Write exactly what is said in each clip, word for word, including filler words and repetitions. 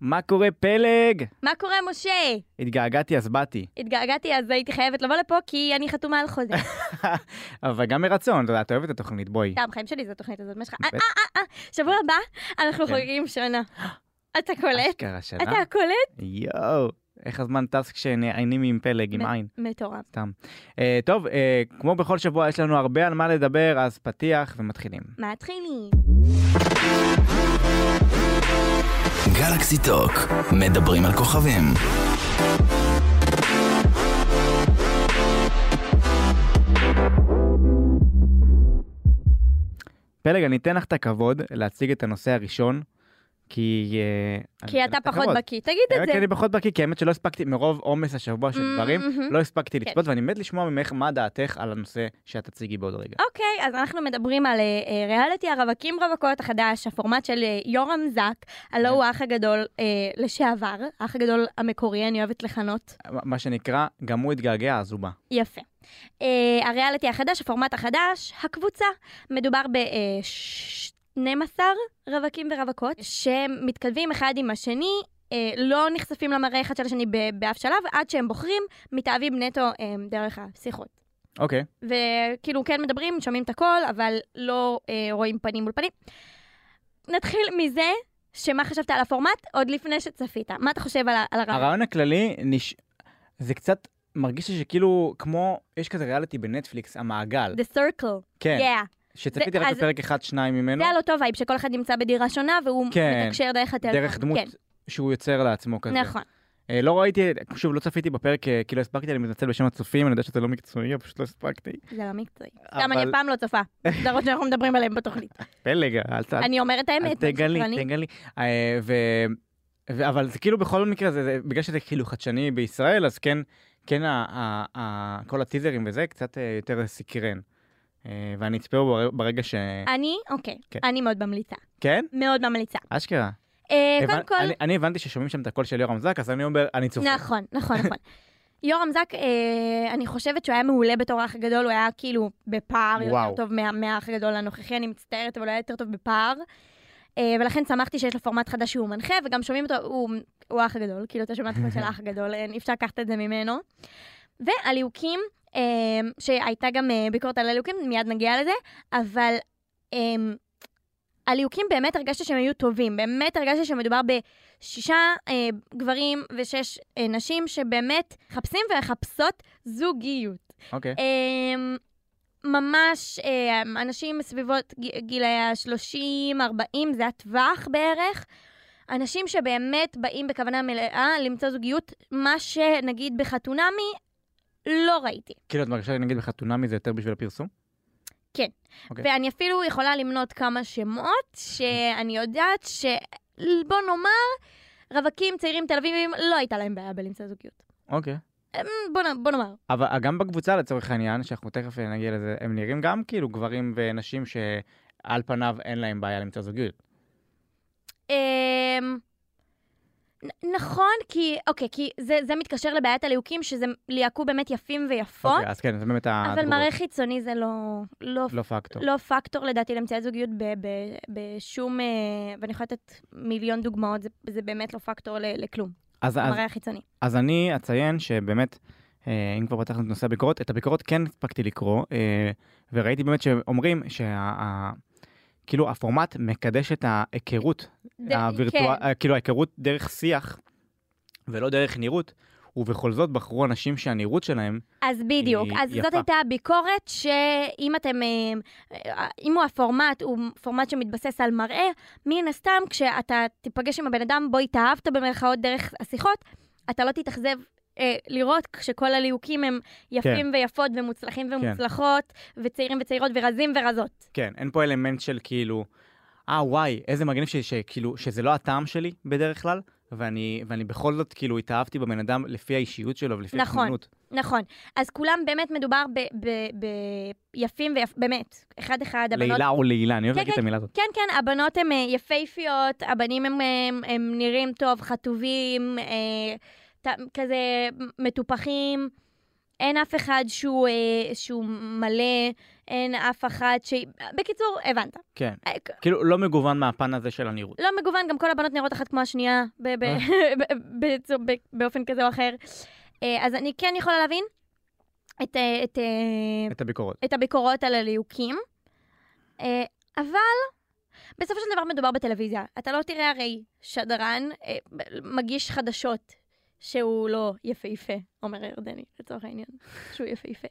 מה קורה פלג? מה קורה משה? התגעגעתי אז באתי. התגעגעתי אז הייתי חייבת לבוא לפה כי אני חתומה על חוזה. אבל גם מרצון, אתה יודע, אתה אוהבת את התוכנית, בואי. טעם חיים שלי זו התוכנית הזאת, מה שלך? אה, אה, אה, שבוע הבא אנחנו חוגגים שנה. אתה קולט? אשכרה שנה? אתה קולט? יואו, איך הזמן טס כשנעיינים עם פלג, עם עין. מטורף. סתם. טוב, כמו בכל שבוע יש לנו הרבה על מה לדבר, אז פתיח ומתחילים. מתחילים. גלקסי טוק, מדברים על כוכבים. פלג, אני אתן לך את הכבוד להציג את הנושא הראשון, כי... כי אתה פחות בקיא, תגיד את זה. כי אני פחות בקיא, כי האמת שלא הספקתי, מרוב עומס השבוע של דברים, לא הספקתי לצפות, ואני מת לשמוע ממך מה דעתך על הנושא שאת תציגי בעוד רגע. אוקיי, אז אנחנו מדברים על ריאליטי הרווקים רווקות החדש, הפורמט של יורם זק, הלא הוא האח הגדול לשעבר, האח הגדול המקורי, אני אוהבת לכנות. מה שנקרא, גם הוא התגעגע, אז הוא בא. יפה. הריאליטי החדש, הפורמט החדש, הקבוצה, מדובר ב-שנים עשר רווקים ורווקות, שמתכתבים אחד עם השני, לא נחשפים למראה אחד של השני באף שלב, עד שהם בוחרים, מתאהבים נטו דרך השיחות. אוקיי. וכאילו כן מדברים, שומעים את הכל, אבל לא רואים פנים מול פנים. נתחיל מזה, שמה חשבת על הפורמט, עוד לפני שצפית. מה אתה חושב על הרעיון? הרעיון הכללי, זה קצת... מרגיש לי שכאילו, כמו, יש כזה ריאליטי בנטפליקס, המעגל. The Circle. כן. Yeah. שצפיתי רק בפרק אחד, שניים ממנו. זה היה לא טוב וייב, שכל אחד נמצא בדירה שונה, והוא כן. מתקשר דרך הטלפון. דרך דמות כן. שהוא יוצר לעצמו כזה. נכון. אה, לא ראיתי, שוב, לא צפיתי בפרק, כי לא הספקתי, אני מתנצל בשם הצופים, אני יודע שזה לא מקצועי, פשוט לא הספקתי. זה לא מקצועי. אבל... גם אני פעם לא צופה. סדרות שאנחנו מדברים עליהן בתוכנית. פלג, אל ת... אני אומרת האמת. תגלי, תגלי. אה, ו... ו... אבל זה כאילו בכל מקרה, זה, זה, בגלל שזה כאילו חדשני בישראל, אז כן, כן, ה, ה, ה, כל הטיזרים וזה קצת יותר סקרן. ואני אצפה ברגע ש... אני? אוקיי. כן. אני מאוד ממליצה. כן? מאוד ממליצה. אשכרה. קודם כל... אני, אני הבנתי ששומעים שם את הקול של יורם זק, אז אני אומר, אני צופה. נכון, נכון, נכון. יורם זק, אני חושבת שהוא היה מעולה בתור האח הגדול, הוא היה כאילו בפער יותר טוב מהאח הגדול הנוכחי, אני מצטערת, אבל הוא היה יותר טוב בפער. ולכן שמחתי שיש לו פורמט חדש שהוא מנחה, וגם שומעים אותו, הוא, הוא האח הגדול, כאילו אתה שומע את הקול של האח הגדול, אי אפשר לקחת את זה ממנו. והליהוקים, שהייתה גם ביקורת על הליהוקים, מיד נגיע לזה, אבל הליהוקים באמת הרגשתי שהם היו טובים, באמת הרגשתי שמדובר בשישה גברים ושש נשים, שבאמת חפשים וחפשות זוגיות. אוקיי. ממש אנשים מסביבות גילי ה-שלושים ארבעים, זה הטווח בערך, אנשים שבאמת באים בכוונה מלאה למצוא זוגיות, מה שנגיד בחתונמי, לא ראיתי. כאילו, את מרגישה נגיד בחתונמי זה יותר בשביל הפרסום? כן. Okay. ואני אפילו יכולה למנות כמה שמות, שאני יודעת ש... בוא נאמר, רווקים צעירים תל אביבים, לא הייתה להם בעיה בלמצוא זוגיות. אוקיי. Okay. בוא, בוא נאמר. אבל גם בקבוצה לצורך העניין, שאנחנו תכף נגיע לזה, הם נראים גם כאילו גברים ונשים שעל פניו אין להם בעיה למצוא זוגיות. אממ... נכון, כי, אוקיי, כי זה, זה מתקשר לבעיית הליהוקים, שזה ליהקו באמת יפים ויפות. אוקיי, אז כן, זה באמת התגובות. אבל מראה חיצוני זה לא... לא, לא פקטור. לא פקטור, לדעתי, למציאת זוגיות ב, ב, בשום... ואני יכולה לתת מיליון דוגמאות, זה, זה באמת לא פקטור ל, לכלום. אז, מראה אז, חיצוני. אז אני אציין שבאמת, אם כבר פתחנו את נושא הביקורות, את הביקורות כן הספקתי לקרוא, וראיתי באמת שאומרים שה... כאילו הפורמט מקדש את ההיכרות, הווירטואל, כאילו ההיכרות דרך שיח, ולא דרך נראות, ובכל זאת בחרו אנשים שהנראות שלהם אז בדיוק, אז זאת הייתה הביקורת, שאם אתם, אם הוא הפורמט, הוא פורמט שמתבסס על מראה, מן הסתם כשאתה תיפגש עם הבן אדם, בו התאהבת במרכאות דרך השיחות, אתה לא תתאכזב לראות שכל הליהוקים הם יפים ויפות ומוצלחים ומוצלחות, וצעירים וצעירות ורזים ורזות. כן, אין פה אלמנט של כאילו, אה וואי, איזה מגניב שכאילו, שזה לא הטעם שלי בדרך כלל, ואני, ואני בכל זאת כאילו התאהבתי בבן אדם לפי האישיות שלו ולפי התמונות. נכון, נכון. אז כולם באמת מדובר ביפים ויפ... באמת, אחד אחד. לילה או לילה, אני אוהב להגיד את המילה הזאת. כן, כן, הבנות הן יפהפיות, הבנים הם נראים טוב, חטובים, כזה מטופחים, אין אף אחד שהוא, שהוא מלא, אין אף אחת ש... בקיצור, הבנת. כן. כאילו, לא מגוון מהפן הזה של הנראות. לא מגוון, גם כל הבנות נראות אחת כמו השנייה, באופן כזה או אחר. אז אני כן יכולה להבין את... את הביקורות. את הביקורות על הליהוקים. אבל... בסופו של דבר מדובר בטלוויזיה. אתה לא תראה הרי שדרן, מגיש חדשות שהוא לא יפהפה, אומר ירדני, לצורך העניין, שהוא יפהפה.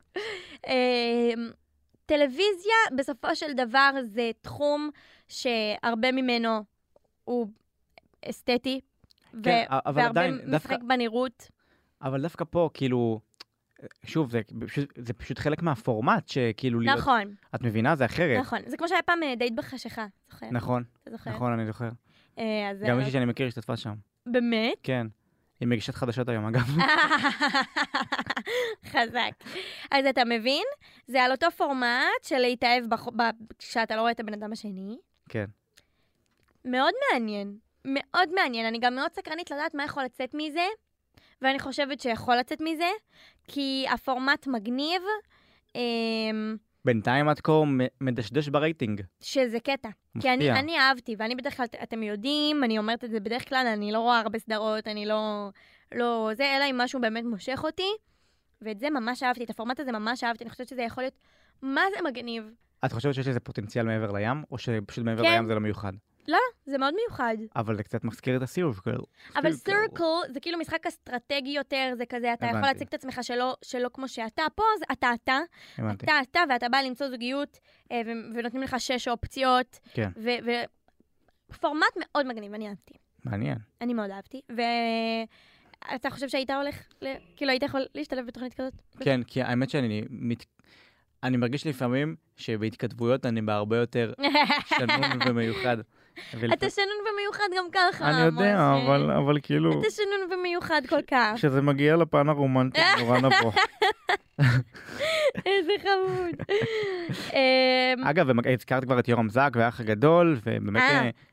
טלוויזיה, בסופו של דבר, זה תחום שהרבה ממנו הוא אסתטי, והרבה משחק בנראות. אבל דווקא פה, כאילו... שוב, זה פשוט, זה פשוט חלק מהפורמט שכאילו להיות... נכון. את מבינה? זה אחרת. נכון. זה כמו שהיה פעם דייט בחשיכה, זוכר? נכון. אתה זוכר? נכון, אני זוכר. גם מישהי שאני מכיר השתתפה שם. באמת? כן. היא מגישת חדשות היום, אגב. חזק. אז אתה מבין? זה על אותו פורמט של להתאהב כשאתה לא רואה את הבן אדם השני. כן. מאוד מעניין. מאוד מעניין. אני גם מאוד סקרנית לדעת מה יכול לצאת מזה. ואני חושבת שיכול לצאת מזה, כי הפורמט מגניב. בינתיים עד כה מדשדש ברייטינג. שזה קטע. כי אני, אני אהבתי, ואני בדרך כלל, אתם יודעים, אני אומרת את זה בדרך כלל, אני לא רואה הרבה סדרות, אני לא, לא, זה, אלא אם משהו באמת מושך אותי, ואת זה ממש אהבתי, את הפורמט הזה ממש אהבתי, אני חושבת שזה יכול להיות, מה זה מגניב? את חושבת שיש לזה פוטנציאל מעבר לים, או שפשוט מעבר לים זה לא מיוחד? לא, זה מאוד מיוחד. אבל זה קצת מזכיר את הסיבוב. אבל סירקל זה כאילו משחק אסטרטגי יותר, זה כזה, אתה יכול להציג את עצמך שלא כמו שאתה, פה אתה אתה, אתה אתה, ואתה בא למצוא זוגיות, ונותנים לך שש אופציות, ופורמט מאוד מגניב, אני אהבתי. מעניין. אני מאוד אהבתי, ואתה חושב שהיית הולך, כאילו היית יכול להשתלב בתוכנית כזאת? כן, כי האמת שאני אני מרגיש לפעמים שבהתכתבויות אני בהרבה יותר שנון ומיוחד. אתה שנון ומיוחד גם ככה. אני יודע, אבל כאילו... אתה שנון ומיוחד כל כך. כשזה מגיע לפן הרומנטי, נורא נבוא. איזה חמוד. אגב, הזכרת כבר את יורם זק והאח הגדול, ובאמת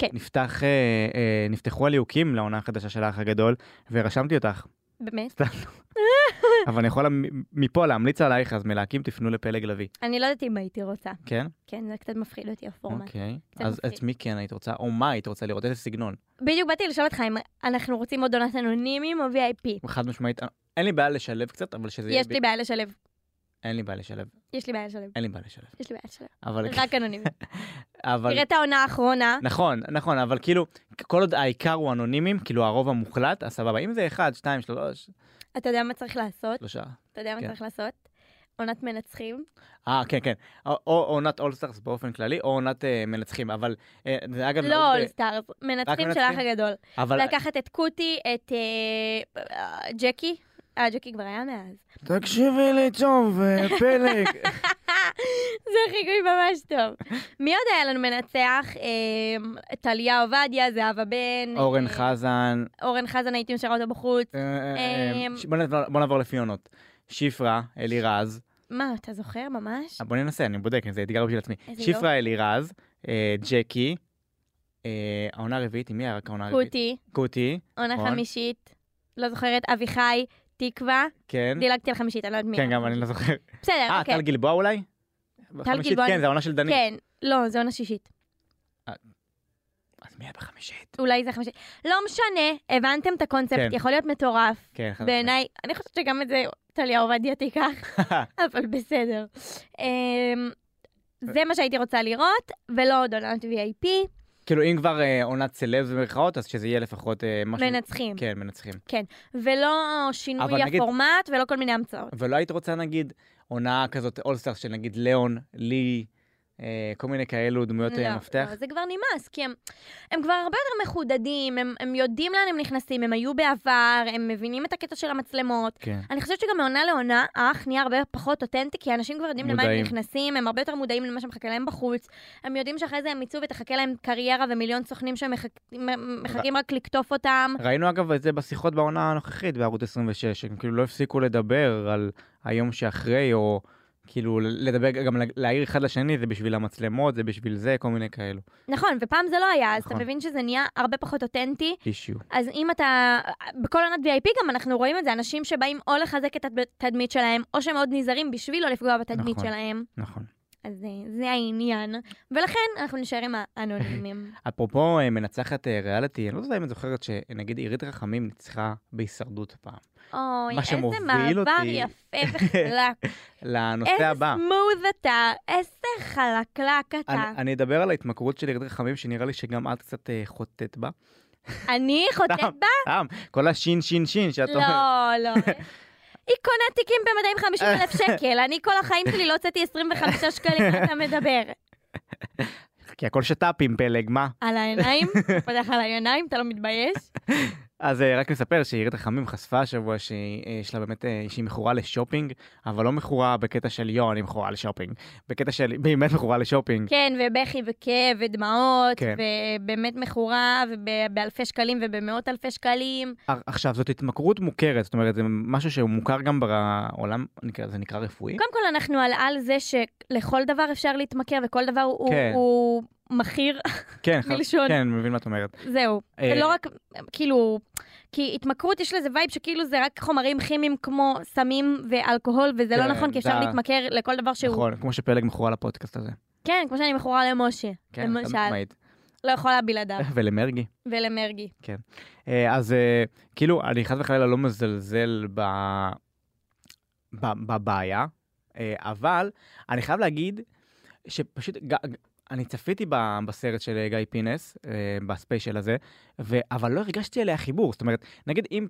נפתחו הליהוקים לעונה החדשה של האח הגדול, ורשמתי אותך. באמת? אבל אני יכולה מפה להמליץ עלייך, אז מלהקים תפנו לפלג לוי. אני לא יודעת אם הייתי רוצה. כן? כן, זה קצת מפחיד אותי הפורמט. אוקיי. אז את מי כן היית רוצה, או מה היית רוצה לראות, איזה סגנון? בדיוק באתי לשאול אותך אם אנחנו רוצים עוד עונת אנונימיים או וי איי פי. חד משמעית, אין לי בעיה לשלב קצת, אבל שזה יהיה... יש לי בעיה לשלב. אין לי בעיה לשלב. יש לי בעיה לשלב. אין לי בעיה לשלב. יש לי בעיה לשלב. אבל... רק אנונימי. תראה את העונה האחרונה. נכון, נכון, אבל כאילו, כל עוד העיקר הוא אנונימים, כאילו הרוב המוחלט, אז סבבה. אם זה אחד, שתיים, שלוש... אתה יודע מה צריך לעשות? שלושה. אתה יודע מה צריך לעשות? עונת מנצחים. אה, כן, כן. או עונת אולסטארס באופן כללי, או עונת מנצחים, אבל... לא אולסטארס, מנצחים של האח הגדול. לקחת את קוטי, את ג'קי. אה, ג'קי כבר היה מאז. תקשיבי לי טוב, פלג. זה חיקוי ממש טוב. מי עוד היה לנו מנצח? טליה עובדיה, זהבה בן. אורן חזן. אורן חזן, הייתי משארה אותו בחוץ. בוא נעבור לפי עונות. שפרה, אלירז. מה, אתה זוכר ממש? בוא ננסה, אני בודק, זה אתגר בשביל עצמי. שפרה, אלירז, ג'קי, העונה הרביעית, מי היה רק העונה הרביעית? קוטי. קוטי. עונה חמישית. לא זוכרת, אביחי. תקווה. כן. דילגתי על חמישית, אני לא יודעת מי. כן, גם אני לא זוכר. בסדר, אה, אוקיי. טל גלבוע אולי? טל גלבוע. כן, זה העונה של דנית. כן, לא, זה עונה שישית. אז מי היה בחמישית? אולי זה חמישית. לא משנה, הבנתם את הקונספט, יכול להיות מטורף. כן. בעיניי, אני חושבת שגם את זה טליה עובדיה תיקח, אבל בסדר. זה מה שהייתי רוצה לראות, ולא עוד עונת וי איי פי. כאילו, אם כבר עונת סלב במרכאות, אז שזה יהיה לפחות משהו... מנצחים. כן, מנצחים. כן, ולא שינוי הפורמט, ולא כל מיני המצאות. ולא היית רוצה, נגיד, עונה כזאת, אולסטארס של נגיד ליאון, לי, כל מיני כאלו דמויות מפתח? לא, זה כבר נמאס, כי הם, הם כבר הרבה יותר מחודדים, הם, הם יודעים לאן הם נכנסים, הם היו בעבר, הם מבינים את הקטע של המצלמות. כן. אני חושבת שגם מעונה לעונה, האח נהיה הרבה פחות אותנטי, כי אנשים כבר יודעים למה הם נכנסים, הם הרבה יותר מודעים למה שמחכה להם בחוץ, הם יודעים שאחרי זה הם יצאו ותחכה להם קריירה ומיליון סוכנים שמחכים רק לקטוף אותם. ראינו אגב את זה בשיחות בעונה הנוכחית בערוץ עשרים ושש, הם כאילו לא הפסיקו לדבר על היום שאחרי, או... כאילו, לדבר גם להעיר אחד לשני, זה בשביל המצלמות, זה בשביל זה, כל מיני כאלו. נכון, ופעם זה לא היה, אז אתה מבין שזה נהיה הרבה פחות אותנטי. אישיו. אז אם אתה, בכל עונת וי איי פי גם אנחנו רואים את זה, אנשים שבאים או לחזק את התדמית שלהם, או שהם מאוד נזהרים בשביל לא לפגוע בתדמית שלהם. נכון. אז זה העניין, ולכן אנחנו נשאר עם האנונימים. אפרופו מנצחת ריאליטי, אני לא יודע אם את זוכרת שנגיד עירית רחמים ניצחה בהישרדות פעם. אוי, איזה מעבר יפה וחלק. לנושא הבא. איזה סמוד אתה, איזה חלקלק אתה. אני אדבר על ההתמכרות של עירית רחמים, שנראה לי שגם את קצת חוטאת בה. אני חוטאת בה? סתם, כל השין שין שין שאת אומרת. לא, לא. היא קונה תיקים ב-מאתיים וחמישים אלף שקל, אני כל החיים שלי לא הוצאתי עשרים וחמישה שקלים, אתה מדבר. כי הכל שטאפים, פלג, מה? על העיניים? פתח על העיניים, אתה לא מתבייש? אז רק נספר שעירית רחמים חשפה השבוע שיש לה באמת, שהיא מכורה לשופינג, אבל לא מכורה בקטע של יו, אני מכורה לשופינג. בקטע של באמת מכורה לשופינג. כן, ובכי וכאב ודמעות, כן. ובאמת מכורה, ובאלפי שקלים ובמאות אלפי שקלים. עכשיו, זאת התמכרות מוכרת, זאת אומרת, זה משהו שהוא מוכר גם בעולם, זה נקרא רפואי. קודם כל, אנחנו על על זה שלכל דבר אפשר להתמכר, וכל דבר הוא... כן. הוא... מחיר כן, מלשון. כן, מבין מה את אומרת. זהו. לא רק, כאילו, כי התמכרות יש לזה וייב שכאילו זה רק חומרים כימיים כמו סמים ואלכוהול, וזה לא נכון, כי אפשר להתמכר לכל דבר שהוא... נכון, כמו שפלג מכורה לפודקאסט הזה. כן, כמו שאני מכורה למשה. כן, למשל. לא יכולה בלעדיו. ולמרגי. ולמרגי. כן. אז כאילו, אני חס וחלילה לא מזלזל בבעיה, אבל אני חייב להגיד שפשוט... אני צפיתי בסרט של גיא פינס, בספיישל הזה, אבל לא הרגשתי אליה חיבור. זאת אומרת, נגיד אם,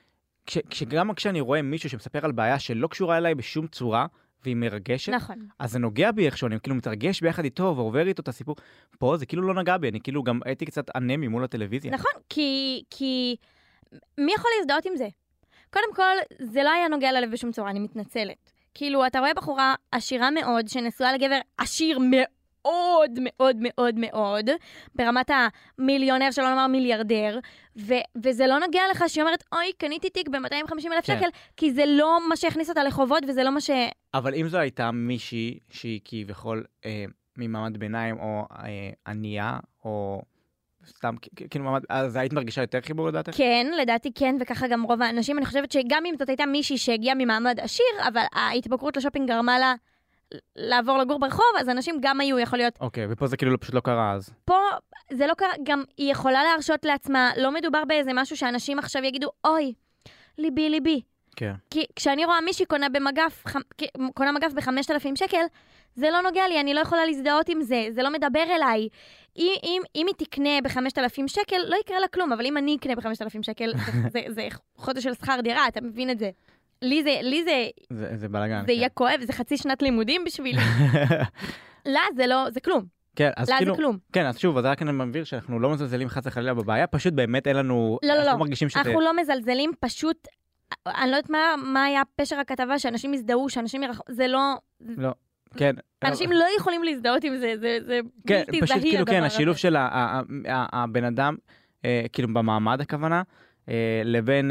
גם כשאני רואה מישהו שמספר על בעיה שלא קשורה אליי בשום צורה, והיא מרגשת, נכון. אז זה נוגע בי איכשהו, אני כאילו מתרגש ביחד איתו ועובר איתו את הסיפור. פה זה כאילו לא נגע בי, אני כאילו גם הייתי קצת אנמי מול הטלוויזיה. נכון, כי, כי מי יכול להזדהות עם זה? קודם כל, זה לא היה נוגע ללב בשום צורה, אני מתנצלת. כאילו, אתה רואה בחורה עשירה מאוד, שנשואה לגבר עשיר מאוד, מאוד מאוד מאוד מאוד, ברמת המיליונר, שלא נאמר מיליארדר, ו- וזה לא נוגע לך שהיא אומרת, אוי, קניתי תיק ב-מאתיים וחמישים אלף שקל, כי זה לא מה שהכניס אותה לחובות, וזה לא מה ש... אבל אם זו הייתה מישהי שהיא כביכול אה, ממעמד ביניים, או אה, ענייה, או סתם, כאילו מעמד, אז היית מרגישה יותר חיבור לדעתך? כן, לדעתי כן, וככה גם רוב האנשים, אני חושבת שגם אם זאת הייתה מישהי שהגיעה ממעמד עשיר, אבל ההתבגרות לשופינג גרמה לה לעבור לגור ברחוב, אז אנשים גם היו יכול להיות... אוקיי, ופה זה כאילו פשוט לא קרה אז. פה זה לא קרה, גם היא יכולה להרשות לעצמה, לא מדובר באיזה משהו שאנשים עכשיו יגידו, אוי, ליבי ליבי. כן. כי כשאני רואה מישהי קונה במגף, קונה מגף ב-חמשת אלפים שקל, זה לא נוגע לי, אני לא יכולה להזדהות עם זה, זה לא מדבר אליי. אם, אם, אם היא תקנה ב-חמשת אלפים שקל, לא יקרה לה כלום, אבל אם אני אקנה ב-חמשת אלפים שקל, זה, זה, זה חודש של שכר דירה, אתה מבין את זה. לי זה, לי זה, זה, זה בלגן. זה יהיה כואב, זה חצי שנת לימודים בשבילי. לא, זה לא, זה כלום. כן, אז לא, כאילו, זה כלום. כן, אז שוב, אז רק אני מבהיר שאנחנו לא מזלזלים חס וחלילה בבעיה, פשוט באמת אין לנו, לא, אנחנו לא, מרגישים שזה... אנחנו לא מזלזלים, פשוט, אני לא יודעת מה, מה היה פשר הכתבה, שאנשים הזדהו, שאנשים ירח... זה לא... לא, כן. אנשים לא יכולים להזדהות עם זה, זה, זה כן, בלתי פשוט זהיר. כאילו, כן, השילוב של הבן אדם, כאילו במעמד הכוונה, לבין...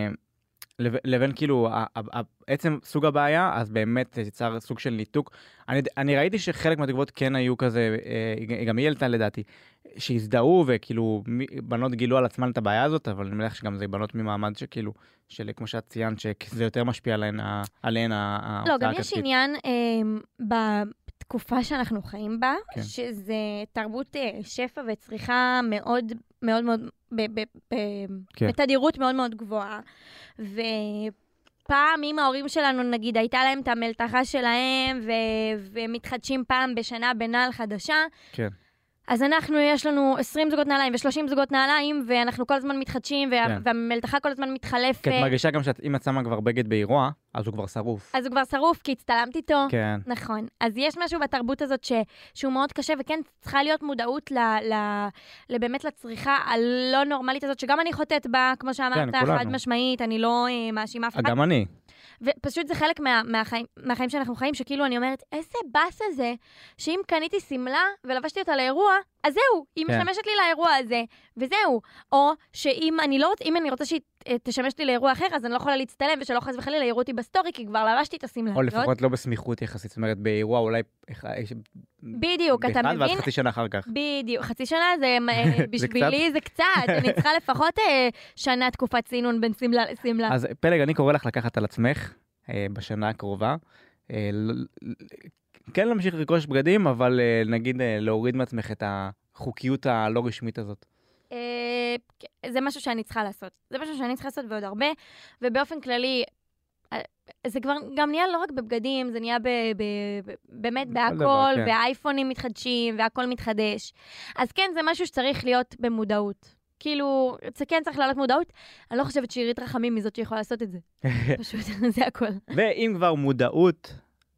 לבין כאילו, עצם סוג הבעיה, אז באמת יצר סוג של ניתוק. אני, אני ראיתי שחלק מהתגובות כן היו כזה, גם היא העלתה לדעתי, שהזדהו וכאילו בנות גילו על עצמן את הבעיה הזאת, אבל אני מניח שגם זה בנות ממעמד שכאילו, של כמו שאת ציינת, שזה יותר משפיע עליהן, עליהן ההוצאה הכספית. לא, גם יש עניין אה, בתקופה שאנחנו חיים בה, כן. שזה תרבות אה, שפע וצריכה מאוד מאוד מאוד, ב- ב- ב- כן. בתדירות מאוד מאוד גבוהה. ופעם עם ההורים שלנו, נגיד, הייתה להם את המלתחה שלהם, ו- ומתחדשים פעם בשנה בנעל חדשה. כן. אז אנחנו, יש לנו עשרים זוגות נעליים ו-שלושים זוגות נעליים, ואנחנו כל הזמן מתחדשים, וה- כן. והמלתחה כל הזמן מתחלפת. כן, את מרגישה גם שאם את שמה כבר בגד באירוע, אז הוא כבר שרוף. אז הוא כבר שרוף, כי הצטלמת איתו. כן. נכון. אז יש משהו בתרבות הזאת ש... שהוא מאוד קשה, וכן צריכה להיות מודעות ל... ל... לבאמת לצריכה הלא נורמלית הזאת, שגם אני חוטאת בה, כמו שאמרת, כן, חד משמעית, אני לא אה, מאשימה אף אחד. גם אני. ופשוט זה חלק מה, מהחיים, מהחיים שאנחנו חיים, שכאילו אני אומרת, איזה בס הזה, שאם קניתי סמלה ולבשתי אותה לאירוע, אז זהו, היא כן. משמשת לי לאירוע הזה, וזהו. או שאם אני לא רוצה, אם אני רוצה שהיא תשמש לי לאירוע אחר, אז אני לא יכולה להצטלם, ושלא חס וחלילה יראו אותי בסטורי, כי כבר לבשתי את הסמלה. או לפחות לא בסמיכות יחסית, זאת אומרת, באירוע אולי... בדיוק, אתה מבין? ואז חצי שנה אחר כך. בדיוק, חצי שנה זה, בשבילי זה קצת, אני צריכה לפחות שנה תקופת צינון בין סמלה לסמלה. אז פלג, אני קורא לך לקחת על עצמך בשנה הקרובה, כן להמשיך לרכוש בגדים, אבל נגיד להוריד מעצמך את החוקיות הלא רשמית הזאת. זה משהו שאני צריכה לעשות. זה משהו שאני צריכה לעשות ועוד הרבה, ובאופן כללי, זה כבר גם נהיה לא רק בבגדים, זה נהיה ב, ב, ב, באמת בהכל, כן. והאייפונים מתחדשים, והכל מתחדש. אז כן, זה משהו שצריך להיות במודעות. כאילו, זה כן צריך לעלות מודעות. אני לא חושבת שעירית רחמים מזאת שיכולה לעשות את זה. פשוט, זה הכל. ואם כבר מודעות,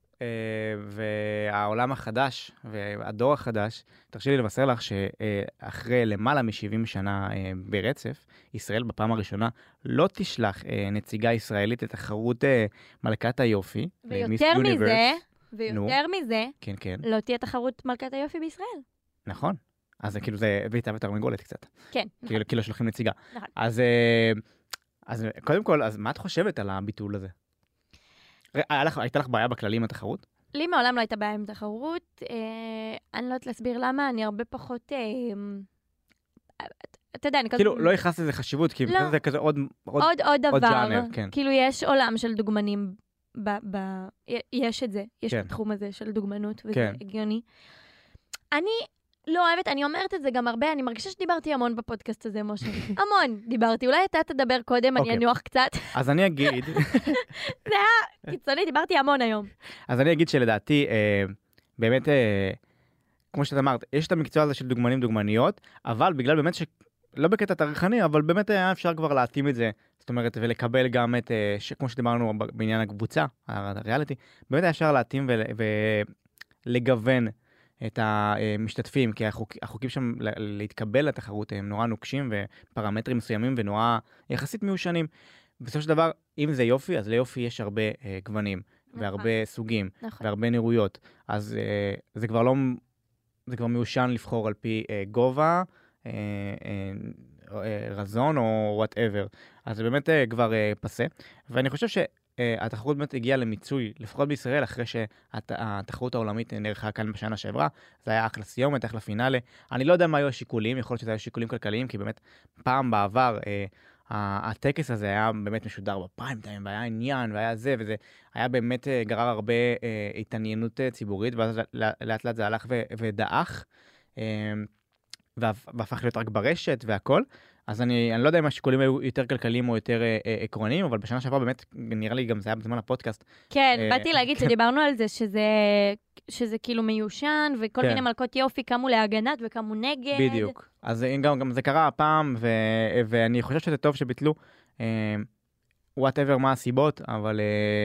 והעולם החדש, והדור החדש, תרשי לי לבשר לך שאחרי למעלה מ-שבעים שנה ברצף, ישראל בפעם הראשונה לא תשלח נציגה ישראלית לתחרות מלכת היופי. ויותר מזה, ויותר מזה, לא תהיה תחרות מלכת היופי בישראל. נכון. אז כאילו זה ביצה ותרנגולת קצת. כן. כאילו שלוחים נציגה. נכון. אז קודם כל, אז מה את חושבת על הביטול הזה? הייתה לך בעיה בכללי עם התחרות? לי מעולם לא הייתה בעיה עם תחרות. אני לא יודעת להסביר למה, אני הרבה פחות... אתה יודע, אני כזה... כאילו, לא ייחס לזה חשיבות, כי זה כזה עוד... עוד דבר. כאילו, יש עולם של דוגמנים, יש את זה, יש את התחום הזה של דוגמנות, וזה הגיוני. אני... לא אוהבת, אני אומרת את זה גם הרבה, אני מרגישה שדיברתי המון בפודקאסט הזה, משה. המון דיברתי, אולי אתה תדבר קודם, אני אנוח קצת. אז אני אגיד... זה היה קיצוני, דיברתי המון היום. אז אני אגיד שלדעתי, באמת, כמו שאת אמרת, יש את המקצוע הזה של דוגמנים דוגמניות, אבל בגלל באמת ש... לא בקטע תאריכני, אבל באמת היה אפשר כבר להתאים את זה, זאת אומרת, ולקבל גם את, כמו שדיברנו בעניין הקבוצה, הריאליטי, באמת היה אפשר להתאים ולגוון את המשתתפים, כי החוק, החוקים שם להתקבל לתחרות הם נורא נוקשים ופרמטרים מסוימים ונורא יחסית מיושנים. בסופו של דבר, אם זה יופי, אז ליופי יש הרבה אה, גוונים, נכון. והרבה סוגים, נכון. והרבה נראויות. אז אה, זה כבר לא, זה כבר מיושן לבחור על פי אה, גובה, אה, אה, אה, רזון או whatever. אז זה באמת אה, כבר אה, פסה. ואני חושב ש... התחרות באמת הגיעה למיצוי, לפחות בישראל, אחרי שהתחרות העולמית נערכה כאן בשנה שעברה. זה היה אחלה סיומת, אחלה פינאלה. אני לא יודע מה היו השיקולים, יכול להיות שזה היה שיקולים כלכליים, כי באמת פעם בעבר הטקס הזה היה באמת משודר בפריים טיים, והיה עניין, והיה זה, וזה היה באמת גרר הרבה התעניינות ציבורית, ואז לאט לאט זה הלך ודעך, והפך להיות רק ברשת והכל. אז אני, אני לא יודע אם השיקולים היו יותר כלכליים או יותר אה, אה, עקרוניים, אבל בשנה שעברה באמת, נראה לי גם זה היה בזמן הפודקאסט. כן, אה, באתי להגיד שדיברנו על זה, שזה, שזה כאילו מיושן, וכל כן. מיני מלכות יופי קמו להגנת וקמו נגד. בדיוק. אז גם, גם זה קרה הפעם, ו, ואני חושב שזה טוב שביטלו, אה, whatever מה הסיבות, אבל... אה,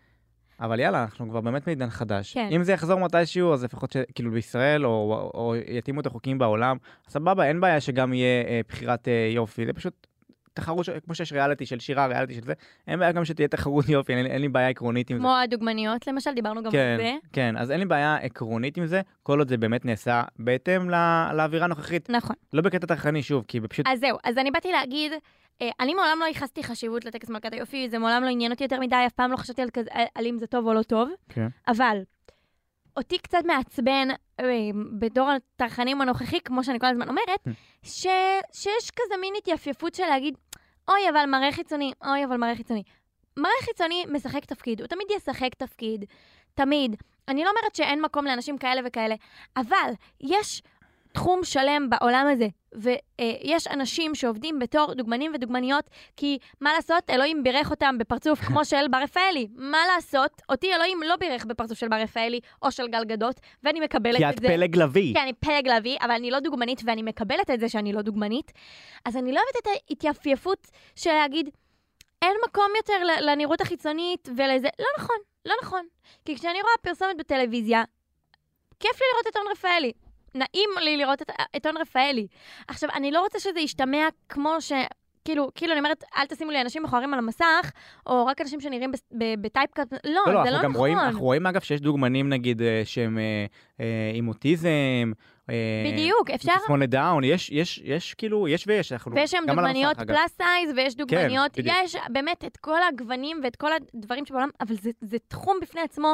אבל יאללה, אנחנו כבר באמת בעידן חדש. כן. אם זה יחזור מתישהו, אז לפחות כאילו בישראל, או, או, או יתאימו את החוקים בעולם, סבבה, אין בעיה שגם יהיה אה, בחירת אה, יופי. זה פשוט תחרות, ש... כמו שיש ריאליטי של שירה, ריאליטי של זה, אין בעיה גם שתהיה תחרות יופי, אין, אין לי בעיה עקרונית עם כמו זה. כמו הדוגמניות, למשל, דיברנו גם כן, על זה. כן, אז אין לי בעיה עקרונית עם זה, כל עוד זה באמת נעשה בהתאם לא, לאווירה הנוכחית. נכון. לא בקטע תרחני, שוב, כי בפשוט... אז זהו, אז אני באתי להגיד... אני מעולם לא ייחסתי חשיבות לטקס מלכת היופי, זה מעולם לא עניין אותי יותר מדי, אף פעם לא חשבתי על, על אם זה טוב או לא טוב, okay. אבל אותי קצת מעצבן בדור התרחנים הנוכחי, כמו שאני כל הזמן אומרת, ש, שיש כזה מין התייפייפות של להגיד, אוי, אבל מראה חיצוני, אוי, אבל מראה חיצוני. מראה חיצוני משחק תפקיד, הוא תמיד ישחק תפקיד, תמיד. אני לא אומרת שאין מקום לאנשים כאלה וכאלה, אבל יש... תחום שלם בעולם הזה, ויש אנשים שעובדים בתור דוגמנים ודוגמניות, כי מה לעשות, אלוהים בירך אותם בפרצוף כמו של בר רפאלי. מה לעשות, אותי אלוהים לא בירך בפרצוף של בר רפאלי או של גל גדות, ואני מקבלת את זה. כי את פלג לוי. כי אני פלג לוי, אבל אני לא דוגמנית, ואני מקבלת את זה שאני לא דוגמנית. אז אני לא אוהבת את ההתייפייפות של להגיד, אין מקום יותר לנראות החיצונית ולזה. לא נכון, לא נכון. כי כשאני רואה פרסומת בטלוויזיה, כיף לי לראות את און רפאלי. נעים לי לראות את, את און רפאלי. עכשיו, אני לא רוצה שזה ישתמע כמו ש... כאילו, כאילו אני אומרת, אל תשימו לי אנשים מכוערים על המסך, או רק אנשים שנראים בטייפקאט. לא, לא, זה לא, לא נכון. רואים, אנחנו רואים, אגב, שיש דוגמנים, נגיד, שהם אה, אה, עם אוטיזם, בדיוק, אפשר... תסמונת דאון, יש, יש, יש, כאילו, יש ויש. ויש שם דוגמניות פלאס סייז, ויש דוגמניות, כן, יש באמת את כל הגוונים ואת כל הדברים שבעולם, אבל זה, זה תחום בפני עצמו,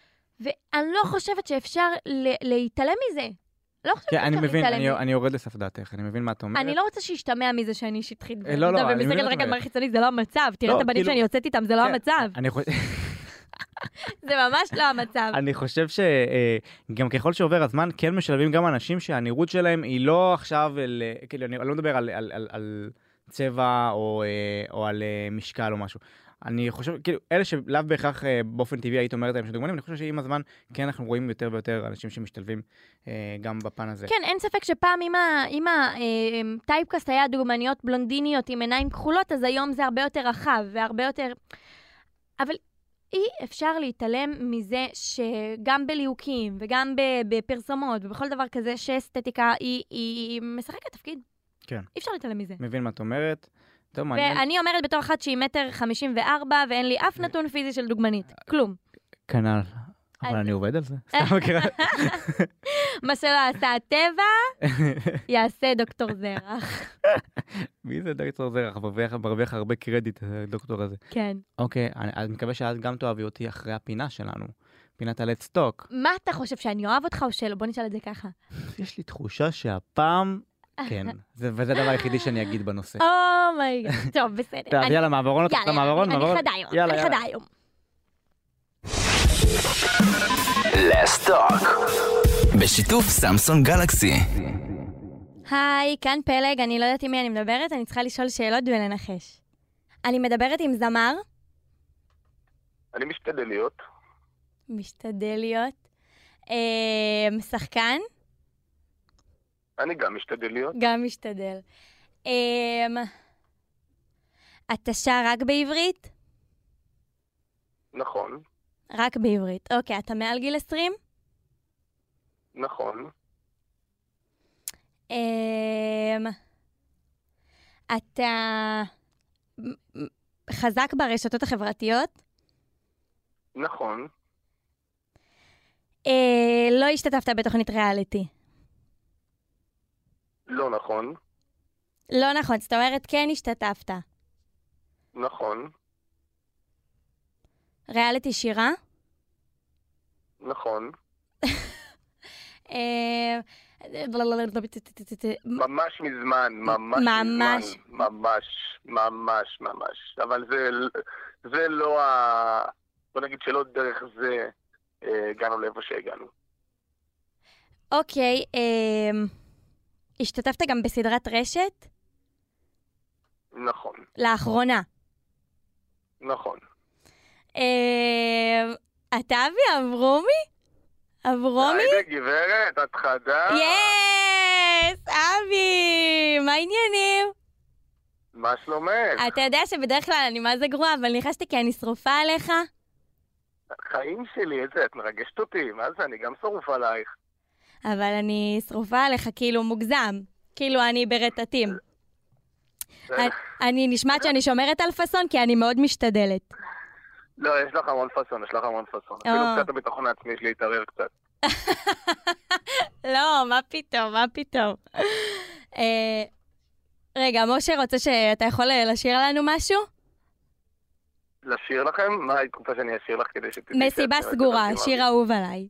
ואני לא חושבת שאפשר להתעלם מזה. לא חושבת שאפשר להתעלם מזה. אני מבין, אני יורד לסף דעתך, אני מבין מה את אומרת. אני לא רוצה שישתמע מזה שאני שטחית. לא, לא, אני מבין. ומסתכל רק על מערכת חיצונית, זה לא המצב. תראה את הבנים שאני יוצאת איתם, זה לא המצב. אני חושב... זה ממש לא המצב. אני חושב שגם ככל שעובר הזמן, כן משלבים גם אנשים שהנראות שלהם היא לא עכשיו, כאילו, אני לא מדבר על צבע או על משקל או משהו. אני חושב, כאילו, אלה שלאו בהכרח באופן טבעי היית אומרת להם שדוגמנים, אני חושב שעם הזמן, כן, אנחנו רואים יותר ויותר אנשים שמשתלבים גם בפן הזה. כן, אין ספק שפעם אם הטייפקאסט היה דוגמניות בלונדיניות עם עיניים כחולות, אז היום זה הרבה יותר רחב והרבה יותר... אבל אי אפשר להתעלם מזה שגם בליהוקים וגם בפרסומות ובכל דבר כזה שאסתטיקה היא, היא משחקת תפקיד. כן. אי אפשר להתעלם מזה. מבין מה את אומרת. טוב, ואני מעניין. אומרת בתור אחת שהיא מטר חמישים וארבע ואין לי אף נתון פיזי של דוגמנית. כלום. כנ"ל. אבל אני עובד על זה. סתם מכירה. מה שלא עשה הטבע, יעשה דוקטור זרח. מי זה דוקטור זרח? מרוויח הרבה קרדיט, הדוקטור הזה. כן. אוקיי, אני מקווה שאת גם תאהבי אותי אחרי הפינה שלנו. פינת ה-Let's Talk. מה אתה חושב, שאני אוהב אותך או שלא? בוא נשאל את זה ככה. יש לי תחושה שהפעם... כן, וזה הדבר היחידי שאני אגיד בנושא. אומייגאד, טוב, בסדר. טוב, יאללה, מעברון, יאללה, אני חדה היום, אני חדה היום. Let's Talk בשיתוף סמסונג גלקסי. היי, כאן פלג, אני לא יודעת עם מי אני מדברת, אני צריכה לשאול שאלות ולנחש. אני מדברת עם זמר? אני משתדל להיות. משתדל להיות. אה, שחקן? אני גם משתדל להיות. גם משתדל. אה, אתה שר רק בעברית? נכון. רק בעברית. אוקיי, אתה מעל גיל עשרים? נכון. אה, אתה חזק ברשתות החברתיות? נכון. אה, לא השתתפת בתוכנית ריאליטי? לא נכון. לא נכון, זאת אומרת כן השתתפת. נכון. ריאליטי שירה? נכון. אה... ממש מזמן, ממש ממש. מזמן, ממש, ממש, ממש. אבל זה, זה לא ה... בוא נגיד שלא דרך זה הגענו לאיפה שהגענו. אוקיי, אה... השתתפת גם בסדרת רשת? נכון. לאחרונה? נכון. אה... אתה אבי אברומי? אברומי? היידה גברת, את חדה? יס! אבי! מה העניינים? מה שלומך? אתה יודע שבדרך כלל אני מה זה גרועה, אבל ניחשתי כי אני שרופה עליך? חיים שלי, איזה, את מרגשת אותי, מה זה? אני גם שרוף עלייך. אבל אני שרופה עליך כאילו מוגזם, כאילו אני ברטטים. אני נשמעת שאני שומרת על פסון כי אני מאוד משתדלת. לא, יש לך המון פסון, יש לך המון פסון. אפילו קצת הביטחון העצמי יש להתערער קצת. לא, מה פתאום, מה פתאום. רגע, משה רוצה שאתה יכול לשיר לנו משהו? לשיר לכם? מה התקופה שאני אשיר לך כדי שתדעי? מסיבה סגורה, שיר אהוב עליי.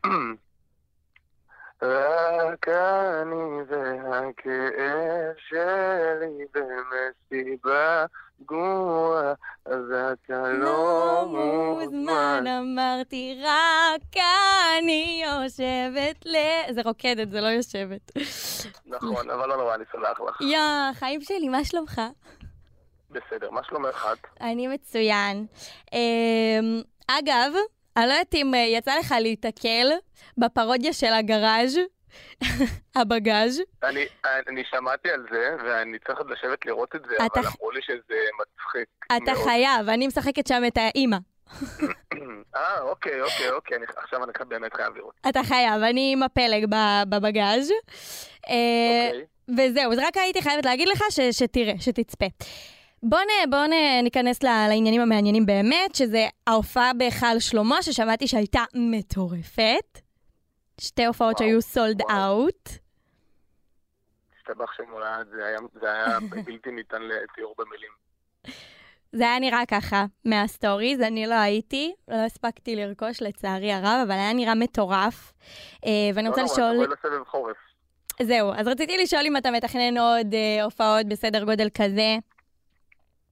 רק אני והכאב שלי במסיבה גרועה, אז אתה לא מוזמן. אמרתי רק אני יושבת ל... זה רוקדת, זה לא יושבת. נכון, אבל לא נורא, אני סולח לך. יא, חיים שלי, מה שלומך? בסדר, מה שלומך את? אני מצוין. אגב, אני לא יודעת אם יצא לך להתקל בפרודיה של הגראז', הבגאז'. אני, אני שמעתי על זה, ואני צריך לשבת לראות את זה, אבל אמרו לי שזה מצחיק מאוד. אתה חייב, אני משחקת שם את האמא. אה, אוקיי, אוקיי, אוקיי, עכשיו אני באמת חייב לראות. אתה חייב, אני עם הפלג בבגאז'. אוקיי. וזהו, אז רק הייתי חייבת להגיד לך שתראה, שתצפה. בוא, נ, בוא נ, ניכנס לעניינים המעניינים באמת, שזה ההופעה בהיכל שלמה, ששמעתי שהייתה מטורפת. שתי הופעות שהיו סולד אאוט. השתבח שמולד, זה היה, זה היה בלתי ניתן לתיאור במילים. זה היה נראה ככה מהסטוריז, אני לא הייתי, לא הספקתי לרכוש לצערי הרב, אבל היה נראה מטורף. ואני רוצה לשאול... לא, לא, אתה רואה לסבב חורף. זהו, אז רציתי לשאול אם אתה מתכנן עוד הופעות בסדר גודל כזה.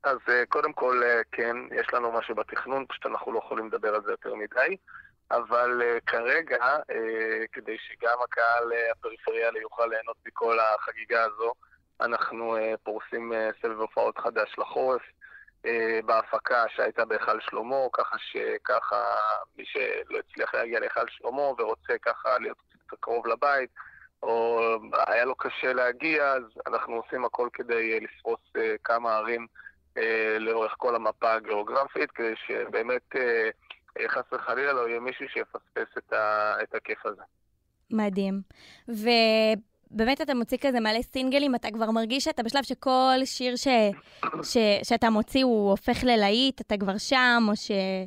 אז קודם כל, כן, יש לנו משהו בתכנון, פשוט אנחנו לא יכולים לדבר על זה יותר מדי, אבל כרגע, כדי שגם הקהל הפריפריאלי יוכל ליהנות מכל החגיגה הזו, אנחנו פורסים סבב הופעות חדש לחורף, בהפקה שהייתה בהיכל שלמה, ככה שככה מי שלא הצליח להגיע להיכל שלמה ורוצה ככה להיות קצת קרוב לבית, או היה לו קשה להגיע, אז אנחנו עושים הכל כדי לפרוס כמה ערים לאורך כל המפה הגיאוגרפית, כדי שבאמת חס וחלילה לא יהיה מישהו שיפספס את, ה, את הכיף הזה. מדהים. ובאמת אתה מוציא כזה מלא סינגלים, אתה כבר מרגיש שאתה בשלב שכל שיר ש, ש, שאתה מוציא הוא הופך ללהיט, אתה כבר שם, או ש...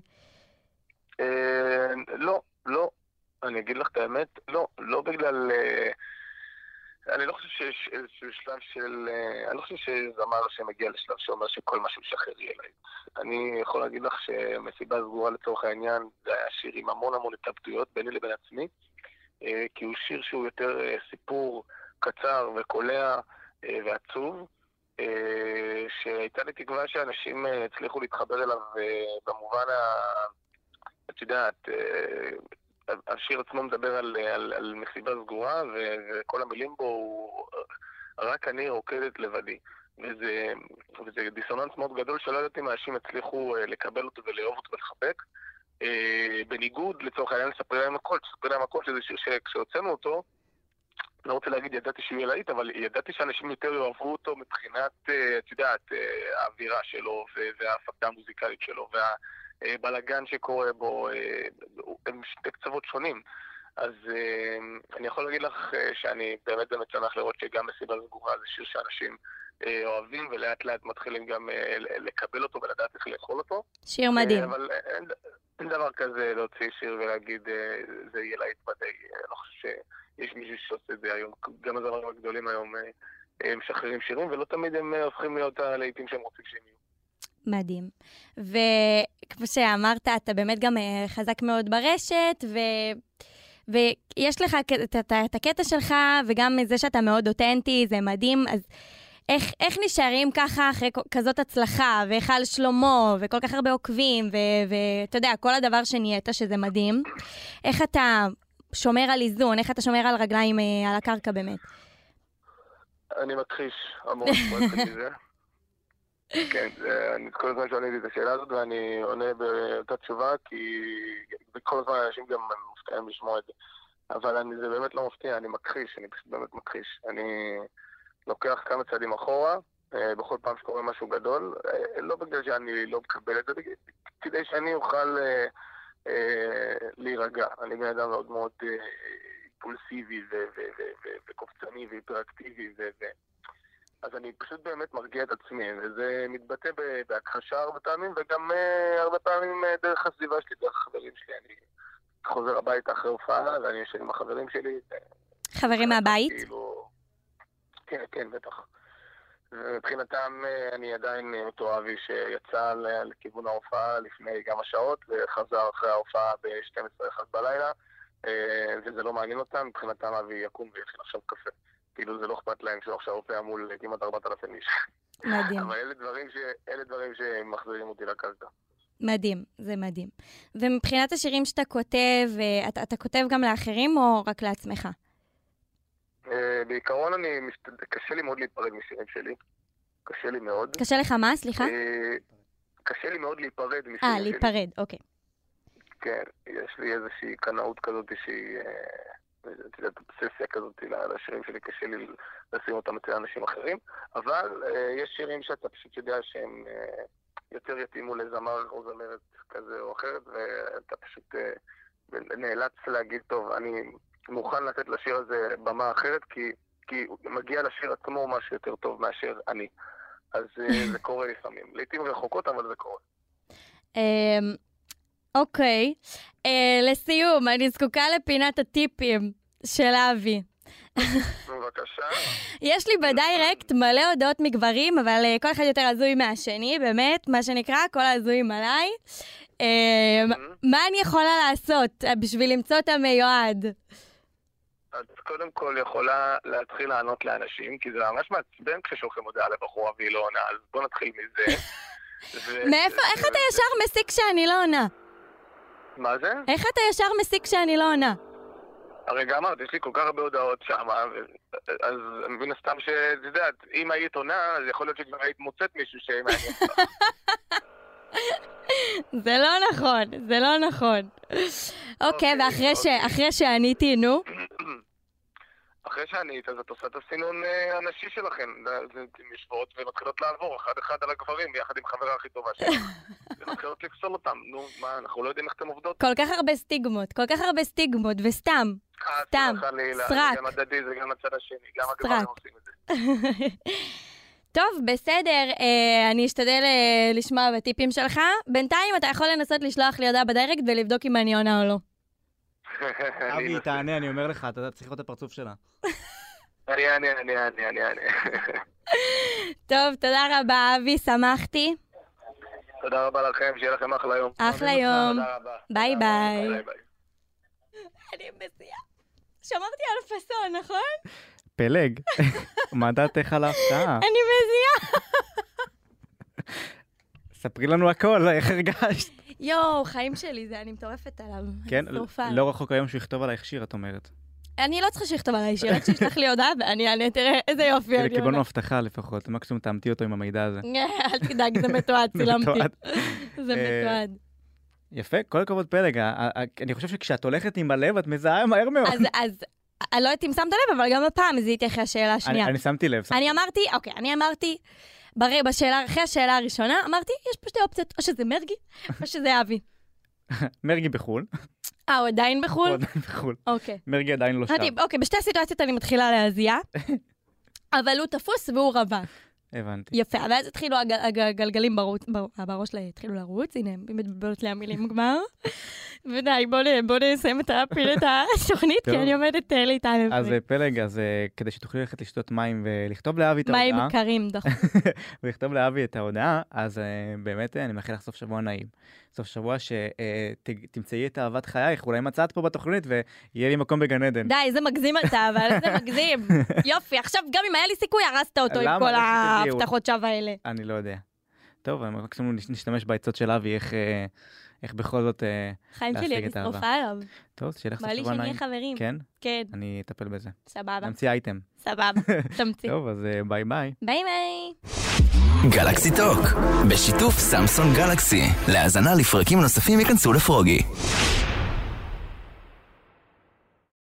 לא, לא. אני אגיד לך את האמת, לא, לא בגלל... אני לא חושב שיש איזשהו שלב של... אני לא חושב שזמר שמגיע לשלב שאומר שכל משהו שחרר יהיה להיט. אני יכול להגיד לך שמסיבה סגורה לצורך העניין, זה היה שיר עם המון המון התלבטויות ביני לבין עצמי, כי הוא שיר שהוא יותר סיפור קצר וקולע ועצוב, שהייתה לי תקווה שאנשים הצליחו להתחבר אליו במובן ה... את יודעת, השיר עצמו מדבר על, על, על מסיבה סגורה, וכל המילים בו הוא רק אני רוקדת לבדי. וזה, וזה דיסוננס מאוד גדול שלא יודעת אם האנשים הצליחו לקבל אותו ולאהוב אותו ולחבק. בניגוד לצורך העניין לספר להם הכל, לספר להם הכל שזה שיר שכשהוצאנו אותו, לא רוצה להגיד ידעתי שהוא יהיה להיט, אבל ידעתי שאנשים יותר יאהבו אותו מבחינת, את יודעת, האווירה שלו וההפקה המוזיקלית שלו וה... בלגן שקורה בו, הם שתי קצוות שונים. אז אני יכול להגיד לך שאני באמת באמת שמח לראות שגם מסיבה סגורה זה שיר שאנשים אוהבים, ולאט לאט מתחילים גם לקבל אותו ולדעת איך לאכול אותו. שיר מדהים. אבל אין, אין דבר כזה להוציא שיר ולהגיד זה יהיה להיט מדי. אני לא חושב שיש מישהו שעושה את זה היום. גם הזמרים הגדולים היום משחררים שירים, ולא תמיד הם הופכים להיות הלהיטים שהם רוצים שהם יהיו. מדהים. וכמו שאמרת, אתה באמת גם חזק מאוד ברשת, ו... ויש לך את, את, את הקטע שלך, וגם זה שאתה מאוד אותנטי, זה מדהים. אז איך, איך נשארים ככה אחרי כזאת הצלחה, והיכל שלמה, וכל כך הרבה עוקבים, ואתה יודע, כל הדבר שנהיית שזה מדהים, איך אתה שומר על איזון, איך אתה שומר על רגליים על הקרקע באמת? אני מכחיש המון, מכחיש מזה. כן, אני כל הזמן שואלים את השאלה הזאת ואני עונה באותה תשובה, כי בכל הזמן אנשים גם מופתעים לשמוע את זה. אבל אני, זה באמת לא מפתיע, אני מכחיש, אני פשוט באמת מכחיש. אני לוקח כמה צעדים אחורה, בכל פעם שקורה משהו גדול, לא בגלל שאני לא מקבל את זה, כדי שאני אוכל להירגע. אני בן אדם מאוד מאוד אימפולסיבי וקופצני והיפראקטיבי ו... אז אני פשוט באמת מרגיע את עצמי, וזה מתבטא בהכחשה הרבה פעמים, וגם uh, הרבה פעמים uh, דרך הסביבה שלי, דרך החברים שלי. אני חוזר הביתה אחרי הופעה, ואני יושב עם החברים שלי. חברים מהבית? כאילו... כן, כן, בטח. ומבחינתם uh, אני עדיין אותו אבי שיצא לכיוון ההופעה לפני כמה שעות, וחזר אחרי ההופעה ב-שתים עשרה אחת בלילה, uh, וזה לא מעניין אותם, מבחינתם אבי יקום ויכין עכשיו קפה. כאילו זה לא אכפת להם שהוא עכשיו הופעה מול כמעט ארבעת אלפים איש. מדהים. אבל אלה דברים, ש... אלה דברים שמחזירים אותי לקרקע. מדהים, זה מדהים. ומבחינת השירים שאתה כותב, אתה, אתה כותב גם לאחרים או רק לעצמך? בעיקרון אני, קשה לי מאוד להיפרד משירים שלי. קשה לי מאוד. קשה לך מה? סליחה? קשה לי מאוד להיפרד משירים שלי. אה, להיפרד, אוקיי. כן, יש לי איזושהי קנאות כזאת שהיא... את יודעת, אובססיה כזאת לשירים שלי, קשה לי לשים אותם אצל אנשים אחרים, אבל יש שירים שאתה פשוט יודע שהם יותר יתאימו לזמר או זמרת כזה או אחרת, ואתה פשוט נאלץ להגיד, טוב, אני מוכן לתת לשיר הזה במה אחרת, כי, כי מגיע לשיר עצמו משהו יותר טוב מאשר אני. אז זה קורה לפעמים. לעתים רחוקות, אבל זה קורה. אוקיי. לסיום, אני זקוקה לפינת הטיפים של אבי. בבקשה. יש לי בדיירקט מלא הודעות מגברים, אבל כל אחד יותר הזוי מהשני, באמת, מה שנקרא, כל הזויים עליי. מה אני יכולה לעשות בשביל למצוא את המיועד? אז קודם כל יכולה להתחיל לענות לאנשים, כי זה ממש מעצבן כששולחים הודעה לבחורה והיא לא עונה, אז בוא נתחיל מזה. מאיפה, איך אתה ישר מסיק שאני לא עונה? מה זה? איך אתה ישר מסיק שאני לא עונה? הרי גם אמרת, יש לי כל כך הרבה הודעות שם, אז מן הסתם שאת יודעת, אם היית עונה, אז יכול להיות שכבר היית מוצאת מישהו שמעניין אותך. זה לא נכון, זה לא נכון. אוקיי, ואחרי שעניתי, נו? אחרי שענית, אז את עושה את הסינון הנשי שלכם. הן יושבות ומתחילות לעבור אחד אחד על הגברים, ביחד עם חברה הכי טובה שלך. ומתחילות לפסול אותם. נו, מה, אנחנו לא יודעים איך אתם עובדות? כל כך הרבה סטיגמות, כל כך הרבה סטיגמות, וסתם. סתם, סרק. זה גם הדדי, זה גם הצד השני. גם הגברים עושים את זה. טוב, בסדר, אני אשתדל לשמוע בטיפים שלך. בינתיים אתה יכול לנסות לשלוח לי הודעה בדיירקט ולבדוק אם אני עונה או לא. אבי, תענה, אני אומר לך, אתה צריך לראות את הפרצוף שלה. אני אענה, אני אענה, אני אענה. טוב, תודה רבה, אבי, שמחתי. תודה רבה לכם, שיהיה לכם אחלה יום. אחלה יום. תודה רבה. ביי ביי. ביי ביי. אני מזיעה. שמרתי על פסון, נכון? פלג, מה דעתך על ההפתעה? אני מזיעה. ספרי לנו הכל, איך הרגשת? יואו, חיים שלי, זה אני מטורפת עליו. כן, לא רחוק היום שהוא יכתוב עלייך שיר, את אומרת. אני לא צריכה שיכתוב עליי שיר, רק שישלח לי הודעה, ואני אענה, תראה, איזה יופי. תראה, קיבלנו הבטחה לפחות, מקסימום תאמתי אותו עם המידע הזה. אל תדאג, זה מתועד, צילמתי. זה מתועד. יפה, כל הכבוד פלג. אני חושב שכשאת הולכת עם הלב, את מזהה מהר מאוד. אז אני לא יודעת אם שמת לב, אבל גם הפעם זיהיתי אחרי השאלה השנייה. אני שמתי לב. אני אמרתי, אוקיי, אני אמרתי, אחרי השאלה הראשונה, אמרתי, יש פה שתי אופציות, או שזה מרגי, או שזה אבי. מרגי בחול. אה, הוא עדיין בחול? הוא עדיין בחול. אוקיי. מרגי עדיין לא שם. אוקיי, בשתי הסיטואציות אני מתחילה להזיע, אבל הוא תפוס והוא רווק. הבנתי. יפה, ואז התחילו הגלגלים בראש שלה, התחילו לרוץ, הנה, הם מתבלבלות לי המילים כבר. ודי, בואו נסיים את הפיל את התוכנית, כי אני עומדת להתעלם. אז פלג, אז כדי שתוכלי ללכת לשתות מים ולכתוב לאבי את ההודעה. מים קרים, דווקא. ולכתוב לאבי את ההודעה, אז באמת אני מאחל לך סוף שבוע נעים. סוף שבוע שתמצאי את אהבת חייך, אולי מצאת פה בתוכנית ויהיה לי מקום בגן עדן. די, זה מגזים אתה, אבל זה מגזים. יופי, עכשיו גם אם היה לי סיכוי, הרסת אותו עם כל ההבטחות שווא האלה. אני לא יודע. טוב, מקסימום נשתמש בעצות של אבי, איך בכל זאת להשיג את האהבה. חיים שלי, אני שרופה עליו. טוב, שיהיה לך סוף שבוע נעים. בא לי שנהיה חברים. כן? כן. אני אטפל בזה. סבבה. נמציא אייטם. סבבה, תמציא. טוב, אז ביי ביי. ביי ביי. גלקסי טוק, בשיתוף סמסון גלקסי. להאזנה לפרקים נוספים ייכנסו לפרוגי.